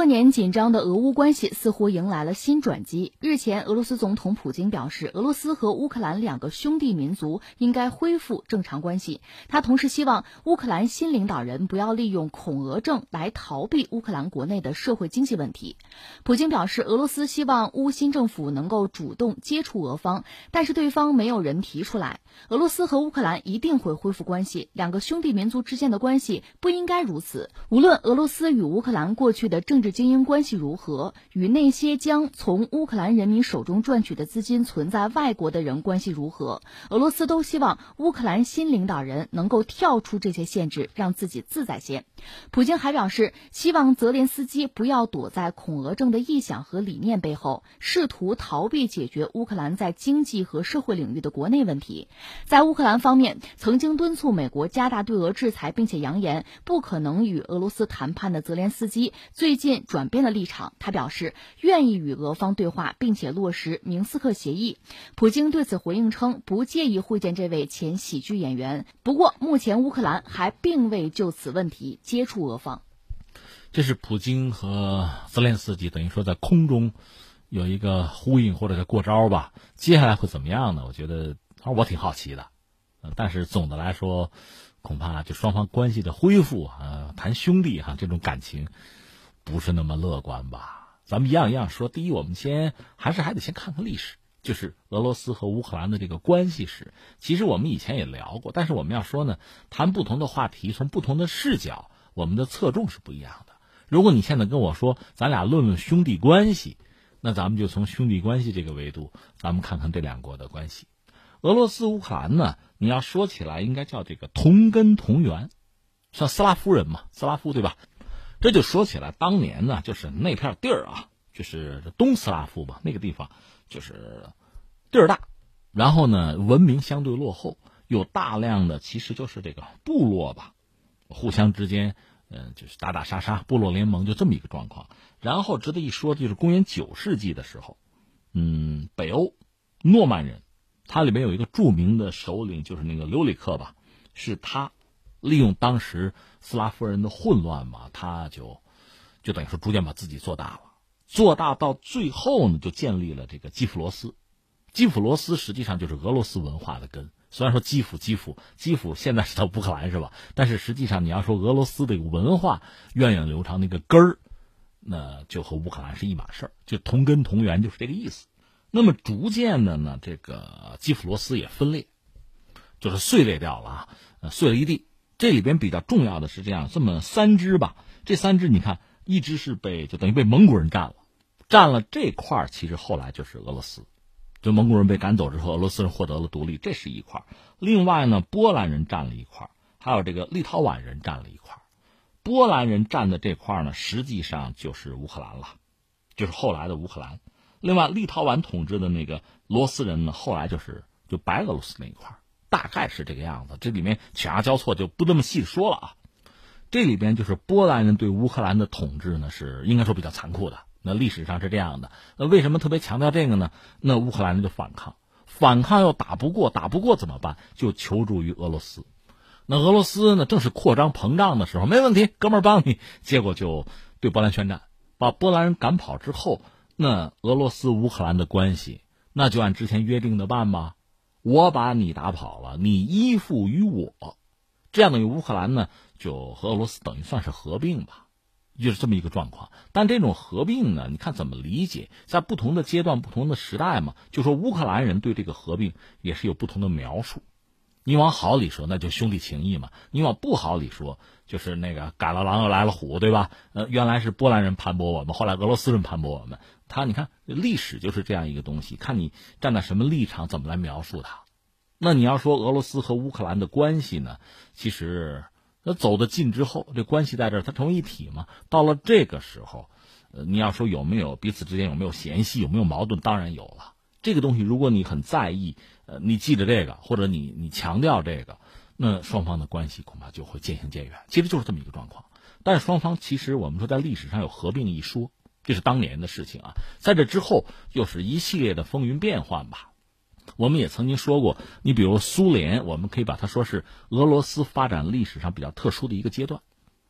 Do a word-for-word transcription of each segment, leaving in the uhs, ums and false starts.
多年紧张的俄乌关系似乎迎来了新转机。日前，俄罗斯总统普京表示，俄罗斯和乌克兰两个兄弟民族应该恢复正常关系。他同时希望乌克兰新领导人不要利用恐俄症来逃避乌克兰国内的社会经济问题。普京表示，俄罗斯希望乌新政府能够主动接触俄方，但是对方没有人提出来。俄罗斯和乌克兰一定会恢复关系，两个兄弟民族之间的关系不应该如此。无论俄罗斯与乌克兰过去的政治精英关系如何，与那些将从乌克兰人民手中赚取的资金存在外国的人关系如何，俄罗斯都希望乌克兰新领导人能够跳出这些限制，让自己自在些。普京还表示，希望泽连斯基不要躲在恐俄症的臆想和理念背后，试图逃避解决乌克兰在经济和社会领域的国内问题。在乌克兰方面，曾经敦促美国加大对俄制裁，并且扬言不可能与俄罗斯谈判的泽连斯基最近转变了立场，他表示愿意与俄方对话，并且落实明斯克协议。普京对此回应称，不介意会见这位前喜剧演员，不过目前乌克兰还并未就此问题接触俄方。 这是普京和泽连斯基等于说在空中有一个呼应或者是过招吧，接下来会怎么样呢？我觉得我挺好奇的，但是总的来说恐怕就双方关系的恢复啊，谈兄弟哈、啊，这种感情不是那么乐观吧。咱们一样一样说，第一，我们先还是还得先看看历史，就是俄罗斯和乌克兰的这个关系史。其实我们以前也聊过，但是我们要说呢，谈不同的话题，从不同的视角，我们的侧重是不一样的。如果你现在跟我说咱俩论论兄弟关系，那咱们就从兄弟关系这个维度，咱们看看这两国的关系。俄罗斯乌克兰呢，你要说起来应该叫这个同根同源，像斯拉夫人嘛，斯拉夫对吧？这就说起来，当年呢，就是那片地儿啊，就是东斯拉夫吧，那个地方就是地儿大，然后呢，文明相对落后，有大量的其实就是这个部落吧，互相之间，嗯、呃，就是打打杀杀，部落联盟就这么一个状况。然后值得一说，就是公元九世纪的时候，嗯，北欧诺曼人，他里面有一个著名的首领，就是那个留里克吧，是他利用当时斯拉夫人的混乱嘛，他就就等于说逐渐把自己做大了，做大到最后呢，就建立了这个基辅罗斯。基辅罗斯实际上就是俄罗斯文化的根。虽然说基辅基辅基辅现在是到乌克兰是吧？但是实际上你要说俄罗斯的文化源远流长那个根儿，那就和乌克兰是一码事儿，就同根同源，就是这个意思。那么逐渐的呢，这个基辅罗斯也分裂，就是碎裂掉了啊，呃，碎了一地。这里边比较重要的是这样，这么三支吧，这三支你看，一支是被就等于被蒙古人占了，占了这块儿，其实后来就是俄罗斯。就蒙古人被赶走之后，俄罗斯人获得了独立，这是一块。另外呢，波兰人占了一块，还有这个立陶宛人占了一块。波兰人占的这块呢，实际上就是乌克兰了，就是后来的乌克兰。另外，立陶宛统治的那个罗斯人呢，后来就是就白俄罗斯那一块，大概是这个样子。这里面犬牙交错，就不这么细说了啊。这里边就是波兰人对乌克兰的统治呢，是应该说比较残酷的。那历史上是这样的，那为什么特别强调这个呢？那乌克兰人就反抗，反抗又打不过，打不过怎么办？就求助于俄罗斯。那俄罗斯呢，正是扩张膨胀的时候，没问题，哥们儿帮你。结果就对波兰宣战，把波兰人赶跑之后，那俄罗斯乌克兰的关系，那就按之前约定的办吧。我把你打跑了，你依附于我，这样等于乌克兰呢，就和俄罗斯等于算是合并吧。就是这么一个状况，但这种合并呢，你看怎么理解？在不同的阶段、不同的时代嘛，就说乌克兰人对这个合并也是有不同的描述。你往好里说，那就兄弟情谊嘛；你往不好里说，就是那个赶了狼又来了虎，对吧？呃，原来是波兰人盘剥我们，后来俄罗斯人盘剥我们。他你看，历史就是这样一个东西，看你站在什么立场，怎么来描述它。那你要说俄罗斯和乌克兰的关系呢，其实。那走得近之后，这关系在这儿，它成为一体嘛。到了这个时候，呃，你要说有没有彼此之间有没有嫌隙，有没有矛盾，当然有了。这个东西，如果你很在意，呃，你记着这个，或者你你强调这个，那双方的关系恐怕就会渐行渐远。其实就是这么一个状况。但是双方其实我们说在历史上有合并一说，这是当年的事情啊。在这之后，又是一系列的风云变幻吧。我们也曾经说过，你比如苏联，我们可以把它说是俄罗斯发展历史上比较特殊的一个阶段。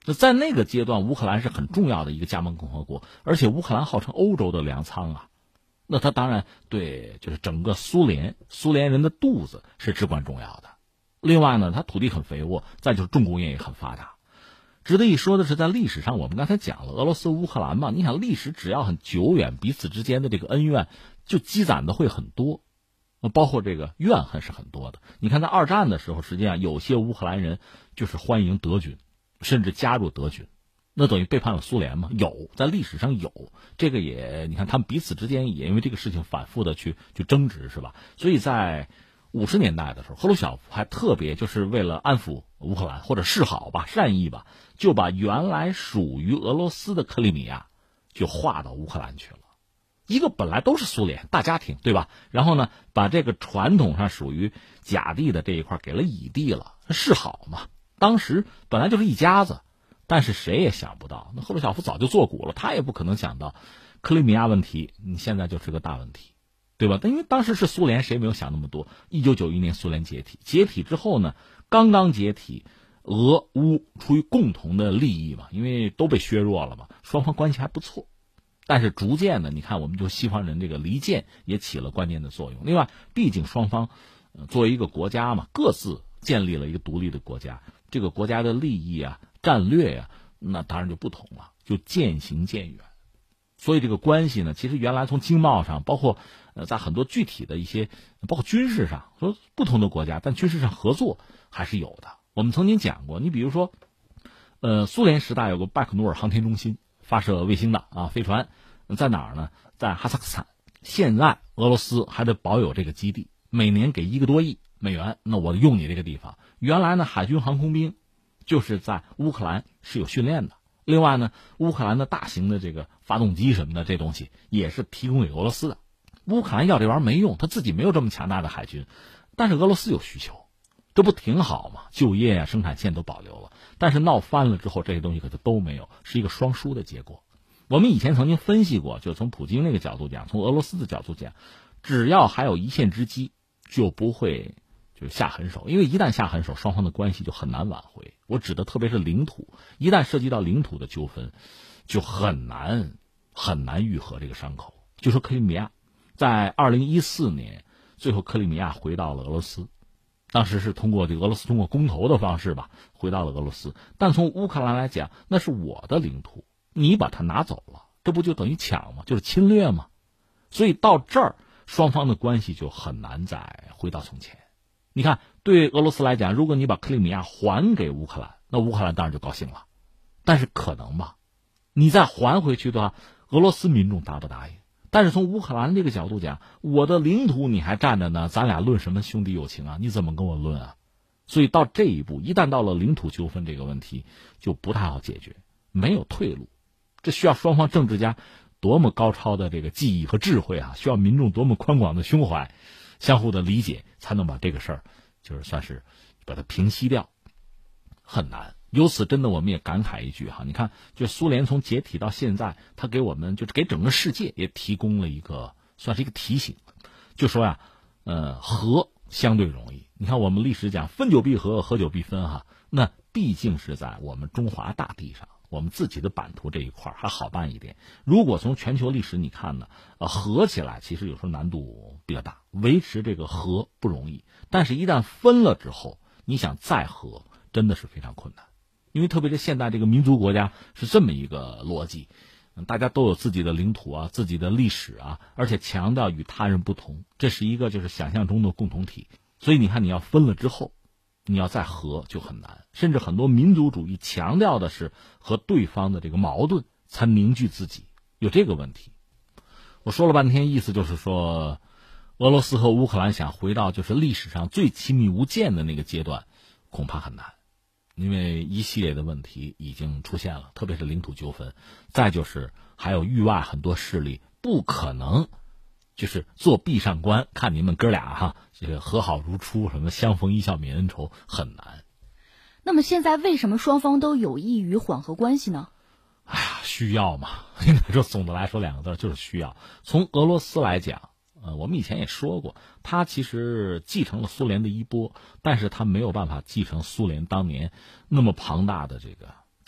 那在那个阶段，乌克兰是很重要的一个加盟共和国，而且乌克兰号称欧洲的粮仓啊，那它当然对就是整个苏联苏联人的肚子是至关重要的。另外呢，它土地很肥沃，再就是重工业也很发达。值得一说的是，在历史上我们刚才讲了俄罗斯乌克兰嘛，你想历史只要很久远，彼此之间的这个恩怨就积攒的会很多，包括这个怨恨是很多的。你看在二战的时候，实际上有些乌克兰人就是欢迎德军，甚至加入德军，那等于背叛了苏联嘛？有，在历史上有这个也，你看他们彼此之间也因为这个事情反复的去去争执，是吧？所以在五十年代的时候，赫鲁晓夫还特别就是为了安抚乌克兰或者示好吧、善意吧，就把原来属于俄罗斯的克里米亚就划到乌克兰去了。一个本来都是苏联大家庭，对吧？然后呢，把这个传统上属于甲地的这一块给了乙地了，示好嘛。当时本来就是一家子，但是谁也想不到，那赫鲁晓夫早就做古了，他也不可能想到克里米亚问题，你现在就是个大问题。对吧？因为当时是苏联，谁没有想那么多？一九九一年苏联解体，解体之后呢，刚刚解体，俄乌出于共同的利益嘛，因为都被削弱了嘛，双方关系还不错。但是逐渐的，你看，我们就西方人这个离间也起了关键的作用。另外，毕竟双方、呃、作为一个国家嘛，各自建立了一个独立的国家，这个国家的利益啊、战略啊，那当然就不同了，就渐行渐远。所以这个关系呢，其实原来从经贸上，包括呃在很多具体的一些，包括军事上，说不同的国家，但军事上合作还是有的。我们曾经讲过，你比如说，呃，苏联时代有个拜克努尔航天中心，发射卫星的啊飞船，在哪儿呢？在哈萨克斯坦。现在俄罗斯还得保有这个基地，每年给一个多亿美元，那我用你这个地方。原来呢，海军航空兵就是在乌克兰是有训练的。另外呢，乌克兰的大型的这个发动机什么的，这东西也是提供给俄罗斯的。乌克兰要这玩意儿没用，他自己没有这么强大的海军，但是俄罗斯有需求，这不挺好吗？就业啊，生产线都保留了。但是闹翻了之后，这些东西可就都没有，是一个双输的结果。我们以前曾经分析过，就从普京那个角度讲，从俄罗斯的角度讲，只要还有一线之机，就不会就是下狠手，因为一旦下狠手，双方的关系就很难挽回。我指的特别是领土，一旦涉及到领土的纠纷，就很难很难愈合这个伤口。就说克里米亚，在二零一四年，最后克里米亚回到了俄罗斯，当时是通过这个俄罗斯通过公投的方式吧，回到了俄罗斯。但从乌克兰来讲，那是我的领土，你把它拿走了，这不就等于抢吗？就是侵略吗？所以到这儿，双方的关系就很难再回到从前。你看，对俄罗斯来讲，如果你把克里米亚还给乌克兰，那乌克兰当然就高兴了。但是可能吧，你再还回去的话，俄罗斯民众答不答应？但是从乌克兰这个角度讲，我的领土你还占着呢，咱俩论什么兄弟友情啊？你怎么跟我论啊？所以到这一步，一旦到了领土纠纷这个问题，就不太好解决，没有退路。这需要双方政治家多么高超的这个技艺和智慧啊！需要民众多么宽广的胸怀，相互的理解，才能把这个事儿，就是算是把它平息掉，很难。由此，真的我们也感慨一句哈，你看，就苏联从解体到现在，它给我们就是给整个世界也提供了一个算是一个提醒，就说呀，呃，和相对容易。你看我们历史讲分久必合，合久必分哈，那毕竟是在我们中华大地上，我们自己的版图这一块还好办一点。如果从全球历史你看呢，呃，合起来其实有时候难度比较大，维持这个和不容易。但是，一旦分了之后，你想再和，真的是非常困难。因为特别是现代这个民族国家是这么一个逻辑，大家都有自己的领土啊，自己的历史啊，而且强调与他人不同，这是一个就是想象中的共同体。所以你看，你要分了之后，你要再和就很难，甚至很多民族主义强调的是和对方的这个矛盾才凝聚自己，有这个问题。我说了半天，意思就是说，俄罗斯和乌克兰想回到就是历史上最亲密无间的那个阶段，恐怕很难。因为一系列的问题已经出现了，特别是领土纠纷，再就是还有域外很多势力不可能就是做壁上观，看你们哥俩哈这个和好如初，什么相逢一笑泯恩仇，很难。 那么现在为什么双方都有意于缓和关系呢？ 哎呀，需要嘛，应该说总的来说两个字就是需要。从俄罗斯来讲，呃，我们以前也说过，他其实继承了苏联的衣钵，但是他没有办法继承苏联当年那么庞大的这个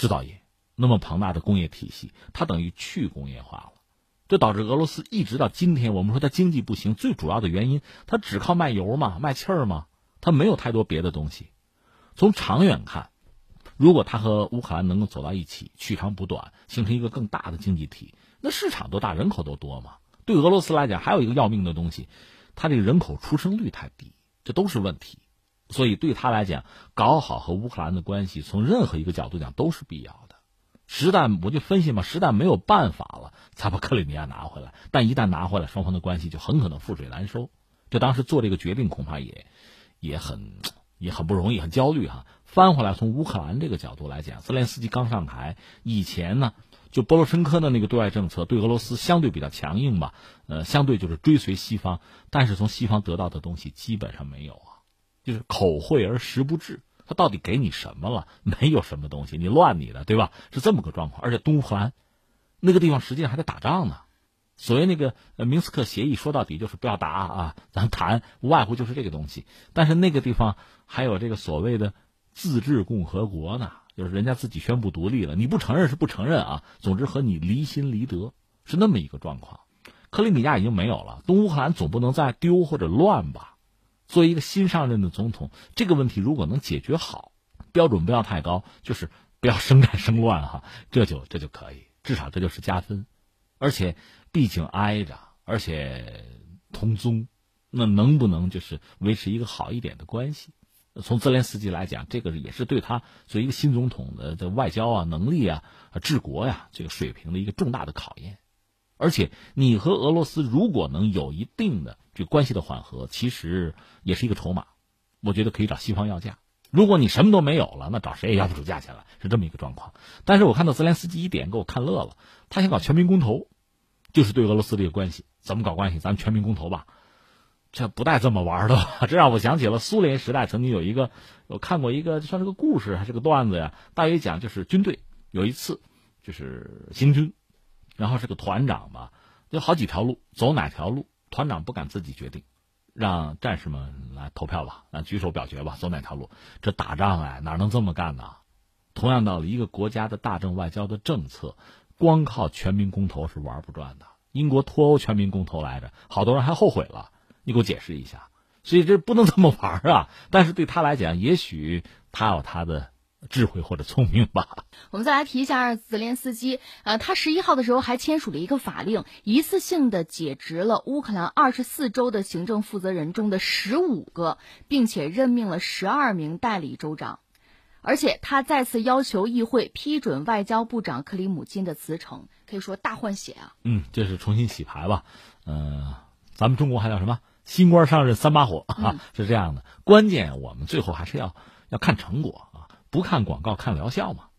制造业，那么庞大的工业体系，它等于去工业化了。这导致俄罗斯一直到今天，我们说它经济不行，最主要的原因，它只靠卖油嘛，卖气儿嘛，它没有太多别的东西。从长远看，如果它和乌克兰能够走到一起，取长补短，形成一个更大的经济体，那市场多大，人口都多嘛。对俄罗斯来讲，还有一个要命的东西，它这个人口出生率太低，这都是问题。所以对他来讲，搞好和乌克兰的关系，从任何一个角度讲都是必要的。实在我就分析嘛，实在没有办法了，才把克里米亚拿回来。但一旦拿回来，双方的关系就很可能覆水难收。就当时做这个决定，恐怕也也很也很不容易，很焦虑哈。翻回来，从乌克兰这个角度来讲，泽连斯基刚上台以前呢，就波罗申科的那个对外政策对俄罗斯相对比较强硬吧，呃，相对就是追随西方，但是从西方得到的东西基本上没有啊，就是口惠而实不至。他到底给你什么了？没有什么东西，你乱你的，对吧？是这么个状况。而且东乌克兰那个地方实际上还在打仗呢。所谓那个呃明斯克协议，说到底就是不要打啊，咱谈无外乎就是这个东西。但是那个地方还有这个所谓的自治共和国呢，就是人家自己宣布独立了，你不承认是不承认啊。总之和你离心离德，是那么一个状况。克里米亚已经没有了，东乌克兰总不能再丢或者乱吧？作为一个新上任的总统，这个问题如果能解决好，标准不要太高，就是不要生战生乱哈，这就这就可以，至少这就是加分。而且毕竟挨着，而且同宗，那能不能就是维持一个好一点的关系？从泽连斯基来讲，这个也是对他作为一个新总统的的外交啊、能力啊、治国呀、啊、这个水平的一个重大的考验。而且你和俄罗斯如果能有一定的这个关系的缓和，其实也是一个筹码，我觉得可以找西方要价。如果你什么都没有了，那找谁也要不出价钱来，是这么一个状况。但是我看到泽连斯基一点给我看乐了，他想搞全民公投，就是对俄罗斯这个关系怎么搞关系，咱们全民公投吧。这不带这么玩的吧？这让我想起了苏联时代曾经有一个，我看过一个算是个故事还是个段子呀，大约讲就是军队有一次就是行军，然后是个团长吧，有好几条路，走哪条路团长不敢自己决定，让战士们来投票吧，啊，举手表决吧，走哪条路。这打仗哎，哪能这么干呢？同样道理，一个国家的大政外交的政策，光靠全民公投是玩不转的。英国脱欧全民公投来着，好多人还后悔了，你给我解释一下。所以这不能这么玩啊！但是对他来讲，也许他有他的智慧或者聪明吧。 我们再来提一下泽连斯基，呃，他十一号的时候还签署了一个法令，一次性的解职了乌克兰二十四州的行政负责人中的十五个，并且任命了十二名代理州长。而且他再次要求议会批准外交部长克里姆金的辞呈，可以说大换血啊。 嗯，这是重新洗牌吧。呃，咱们中国还叫什么？新官上任三把火啊， 嗯、 是这样的。关键我们最后还是要要看成果啊，不看广告看疗效嘛。